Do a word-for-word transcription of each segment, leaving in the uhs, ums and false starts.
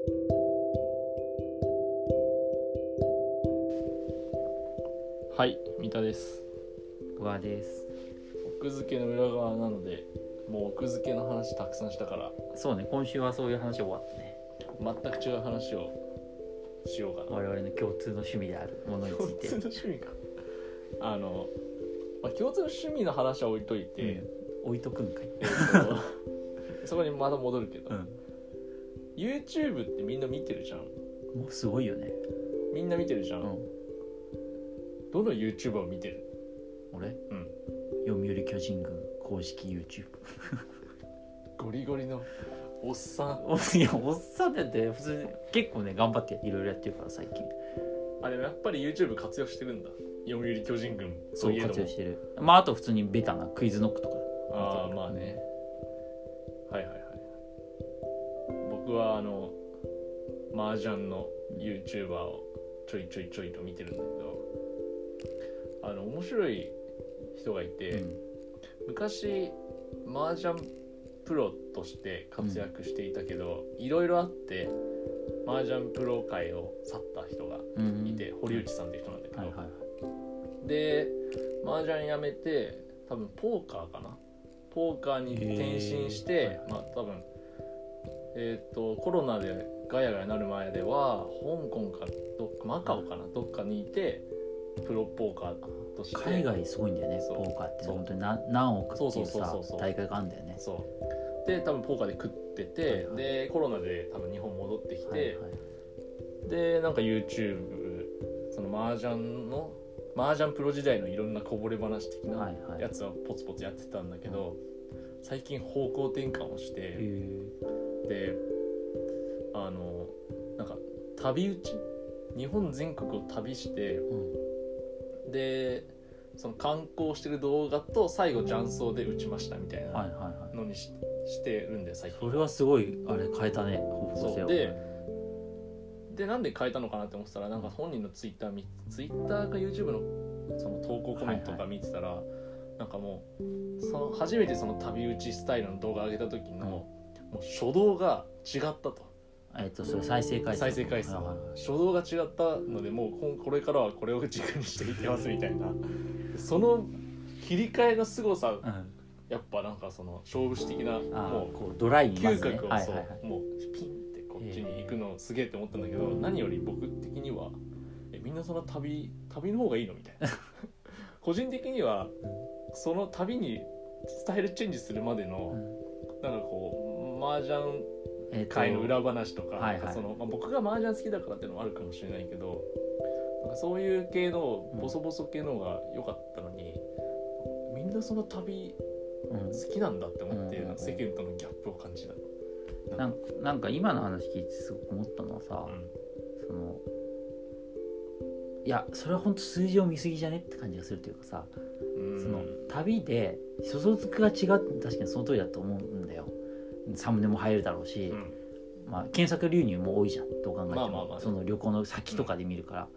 はい、三田です。 小川です。 奥付けの裏側なので、もう奥付けの話たくさんしたから、 そうね、今週はそういう話終わったね。 全く違う話をしようかな。 我々の共通の趣味であるものについて。 共通の趣味か。あの、まあ、共通の趣味の話は置いといて、うん、 置いとくんかい。 えー、とそこにまた戻るけど、うん、YouTube ってみんな見てるじゃん。 もうすごいよね。 みんな見てるじゃん。うん、どの YouTuber を見てる？ 俺？うん。読売巨人軍公式 YouTube。 ゴリゴリのおっさん。いや、おっさんだって普通に結構ね頑張っていろいろやってるから最近。 あれやっぱり YouTube 活用してるんだ。読売巨人軍そう活用してる。まああと普通にベタなクイズノックとか。 ああまあね。はいはいはい。僕はあの麻雀の YouTuber をちょいちょいちょいと見てるんだけど、あの面白い人がいて、うん、昔麻雀プロとして活躍していたけど、いろいろあって麻雀プロ界を去った人がいて、うん、堀内さんっていう人なんだけど、はいはい、で麻雀やめて多分ポーカーかなポーカーに転身して、まあ多分えっとコロナでガヤガヤなる前では香港かどっかマカオかなどっかにいてプロポーカーとして海外すごいんだよね。ポーカーって本当に 何, 何億っていうさ大会があるんだよね。 そうで多分ポーカーで食ってて、はいはい、でコロナで多分日本戻ってきて、はいはい、でなんか YouTube その麻雀の麻雀プロ時代のいろんなこぼれ話的なやつはポツポツやってたんだけど、はいはい、最近方向転換をしてであのなんか旅打ち日本全国を旅して、うん、でその観光してる動画と最後雀荘で打ちましたみたいなのに し,、はいはいはい、してるんで最近。 それはすごいあれ変えたね方向性を。 ででなんで変えたのかなって思ってたらなんか本人のツイッターツイッターか YouTube のその投稿コメントとか見てたら、はいはい、なんかもうその初めてその旅打ちスタイルの動画上げた時の、うん、もう初動が違ったと。 えっとそれ再生回数再生回数、はいはい、初動が違ったのでもうこれからはこれを軸にしていきますみたいなその切り替えの凄さ、うん、やっぱなんかその勝負師的なもうこうドライに嗅覚を、はいはいはい、もうピンってこっちに行くのすげえって思ったんだけど、何より僕的にはえみんなその旅旅の方がいいのみたいな個人的にはその旅にスタイルチェンジするまでの、うん、なんかこう麻雀会の裏話とか、はいはい、そのまあ、僕が麻雀好きだからっていうのもあるかもしれないけど、なんかそういう系のボソボソ系の方が良かったのに、うん、みんなその旅好きなんだって思って、うん、世間とのギャップを感じた。 なんか、なんか今の話聞いてすごく思ったのはさ、うん、そのいやそれは本当数字を見過ぎじゃねって感じがするというかさ、うん、その旅で所属が違うって確かにその通りだと思うんだよ。サムネも入るだろうし、うんまあ、検索流入も多いじゃんどう考えても、まあまあまあね、その旅行の先とかで見るから、うん、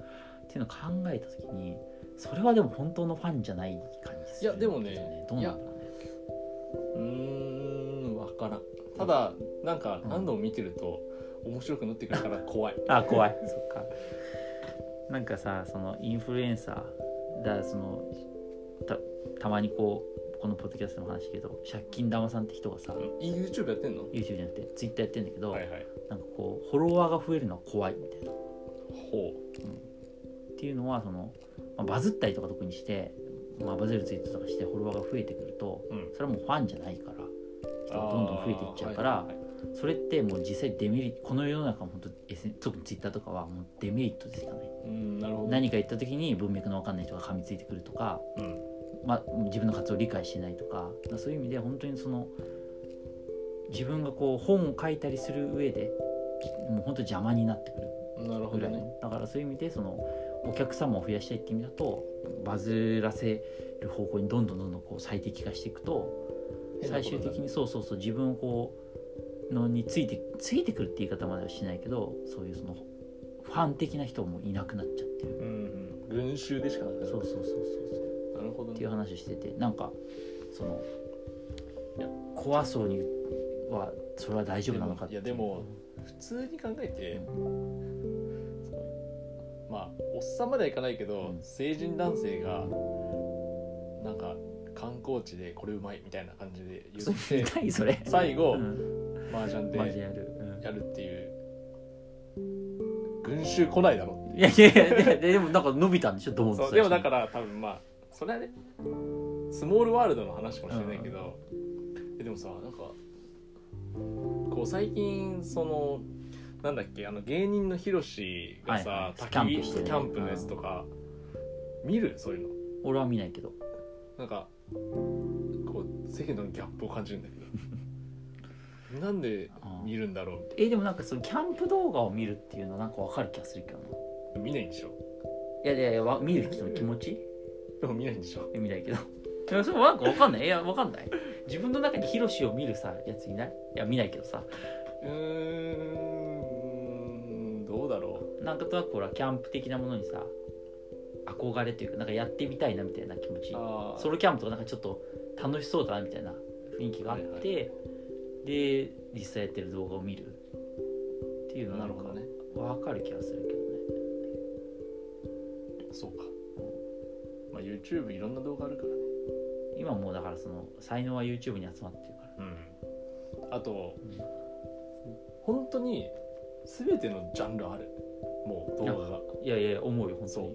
っていうのを考えた時にそれはでも本当のファンじゃない感じする、 ね、いやでもねどうなんだろうね。 うーん分からん。ただなんか何度も見てると面白くなってくるから怖い、 うん、あ怖いそっか。なんかさそのインフルエンサーだその た, たまにこうこのポッドキャストの話けど借金玉さんって人がさ、うん、 YouTube やってんの YouTube じゃなくて Twitter やってんだけど、 はいはい、 なんかこうフォロワーが増えるのは怖いみたいなほう、 うん、っていうのはその、まあ、バズったりとか特にして、まあ、バズるツイートとかしてフォロワーが増えてくると、うん、それはもうファンじゃないから人がどんどん増えていっちゃうから、はいはいはい、それってもう実際デメリットこの世の中も本当 エスエヌエス 特に Twitter とかはもうデメリットでしかない、 うん、なるほど。 何か言った時に文脈の分かんない人が噛みついてくるとか、うんまあ、自分の活動を理解してないとか、そういう意味で本当にその自分がこう本を書いたりする上でもう本当に邪魔になってくるぐらい。 なるほどね。 だからそういう意味でそのお客様を増やしたいっていう意味だとバズらせる方向にどんどんどんどんこう最適化していくと最終的にそうそうそう自分をこうのについてついてくるって言い方まではしないけどそういうそのファン的な人もいなくなっちゃってる、 うんうん、群衆でしかなくなる。 そうそうそうそうそうなるほど、ね、 っていう話しててなんかそのいや怖そうにはそれは大丈夫なのかっていやでも普通に考えて、うん、まあおっさんまではいかないけど、うん、成人男性がなんか観光地でこれうまいみたいな感じで言って何それ最後、うん、 麻雀でやる、 うん、やるっていう群衆来ないだろっていやいやいや で, でもなんか伸びたんでしょどうそうでもだから多分まあそれはねスモールワールドの話かもしれないけど、うん、でもさなんかこう最近そのなんだっけあの芸人のヒロシがさ、はいはい、焚き火キャンプして、ね、キャンプのやつとか、うん、見るそういうの俺は見ないけどなんかこう世間とのギャップを感じるんだけどなんで見るんだろうみたいな。 えでもなんかそのキャンプ動画を見るっていうのはなんか分かる気がするけどな。 見ないんでしょ。 いやいやいや見る人の気持ちでも見ないんでしょ。 見ないけどいやそれなんか分かんないいや分かんない自分の中にヒロシを見るさやついない。いや見ないけどさうーんどうだろうなんかとなくほらキャンプ的なものにさ憧れというかなんかやってみたいなみたいな気持ちソロキャンプとかなんかちょっと楽しそうだなみたいな雰囲気があって、はいはい、で実際やってる動画を見るっていうのなのかね分かる気がするけどね。 そうか、うん、まあ YouTube いろんな動画あるからね今もうだからその才能は YouTube に集まってるから、 うん、あと、うん、本当に全てのジャンルあるもう動画がいやいや思うよ本当にそう、うん、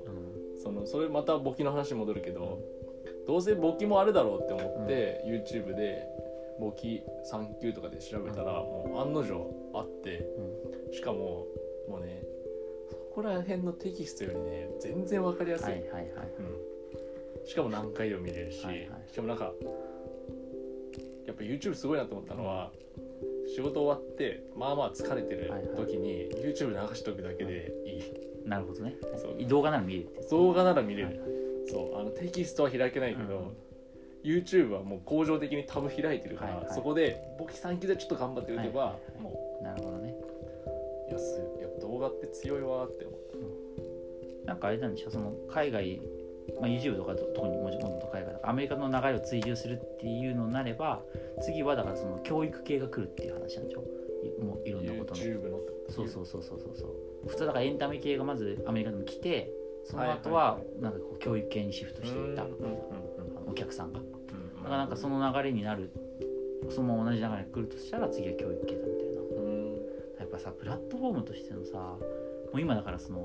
そのそれまた簿記の話に戻るけど、うん、どうせ簿記もあるだろうって思って、うん、YouTube で簿記さん級とかで調べたら、うん、もう案の定あって、うん、しかももうねそこら辺のテキストよりね全然わかりやすい、はいはいはいうん、しかも何回でも見れるし、はいはい、しかもなんかやっぱ YouTube すごいなと思ったのは、うん、仕事終わってまあまあ疲れてる時に YouTube 流しておくだけでいい、はいはい、 なるほどね。そう動画なら見れるって動画なら見れる、はいはい、そうあのテキストは開けないけど、うん、YouTube はもう恒常的にタブ開いてるから、はいはい、そこで簿記さん級でちょっと頑張って打てば、はいはいはい、もうなるほどね。 いやすやっぱ動画って強いわって思った、 うん、なんかあれなんでしょその海外、まあ、YouTube とか特にもちろん海外とかアメリカの流れを追従するっていうのになれば次はだからその教育系が来るっていう話なんでしょもういろんなことの YouTube のそうそうそうそうそう普通だからエンタメ系がまずアメリカでも来てその後はなんかこう教育系にシフトしていった、はいはいはい、お客さんが、うん、だからなんかその流れになるそのまま同じ流れが来るとしたら次は教育系だみたいな、うん、やっぱさプラットフォームとしてのさもう今だからその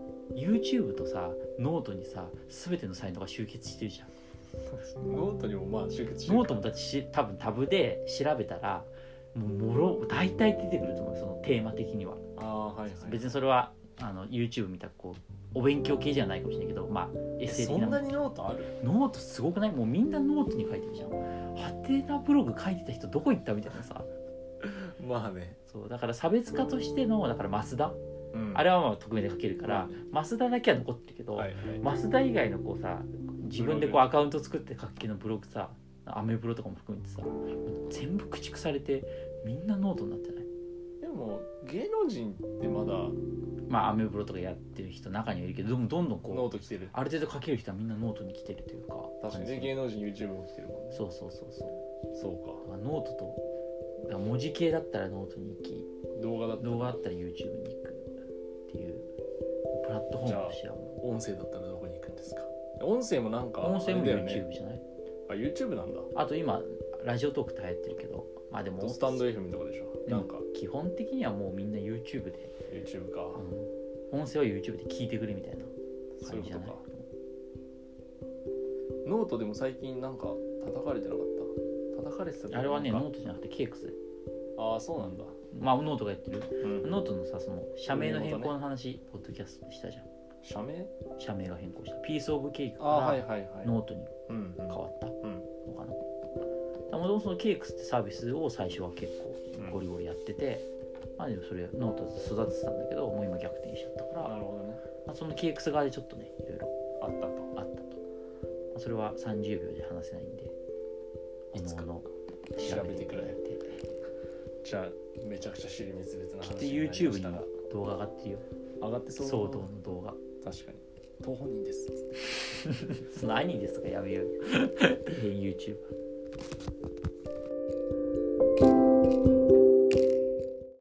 YouTube とさノートにさ全てのサイトが集結してるじゃんノートにもまあ集結してるノートもだってし多分タブで調べたらもうもろ大体出てくると思うそのテーマ的にはあ、はいはい、 別にそれはあの YouTube みたいなこうお勉強系じゃないかもしれないけどまあエッセイ的なそんなにノートあるノートすごくないもうみんなノートに書いてるじゃんハテナブログ書いてた人どこ行ったみたいなさまあねそうだから差別化としてのだから増田、うん、あれはまあ匿名で書けるから、うん、増田だけは残ってるけど、はいはい、増田以外のこうさ自分でこうアカウント作って書く系のブログさアメブロとかも含めてさ全部駆逐されてみんなノートになってないでも芸能人ってまだまあアメブロとかやってる人中にはいるけどどんどんこうノート来てるある程度書ける人はみんなノートに来てるというか確かにね芸能人 YouTube も来てるもんねそうそうそうそうそうかノートと文字系だったらノートに行き動画だったら動画だったら YouTube に行くっていうプラットフォームとしては音声だったらどこに行くんですか音声もなんか音声も YouTube じゃない、 あ YouTube なんだあと今ラジオトークって流行ってるけどまあでもスタンド エフエム とかでしょなんか基本的にはもうみんな YouTube で YouTube か、 うん、音声は YouTube で聞いてくれみたいな感じじゃない。 ノートでも最近なんか叩かれてなかった叩かれてたあれはねノートじゃなくてケークスああそうなんだ、 うん、まあノートがやってる、うん、ノートのさその社名の変更の話、ね、ポッドキャストでしたじゃん社名社名が変更したピースオブケークからノートに変わったのかな、もともとそのケークスってサービスを最初は結構ゴリゴリやってて、うん、まあでもそれノートで育ててたんだけどもう今逆転しちゃったからなるほどね、 まあ、そのケークス側でちょっとねいろいろあったとあったと、まあ、それはさんじゅうびょうで話せないんでいつか調べてくれじゃあめちゃくちゃ尻滅裂な話になりましたが YouTube にも動画上がってるよ上がってそう騒動の動画確かに当本人ですその兄ですとかやめようよYouTube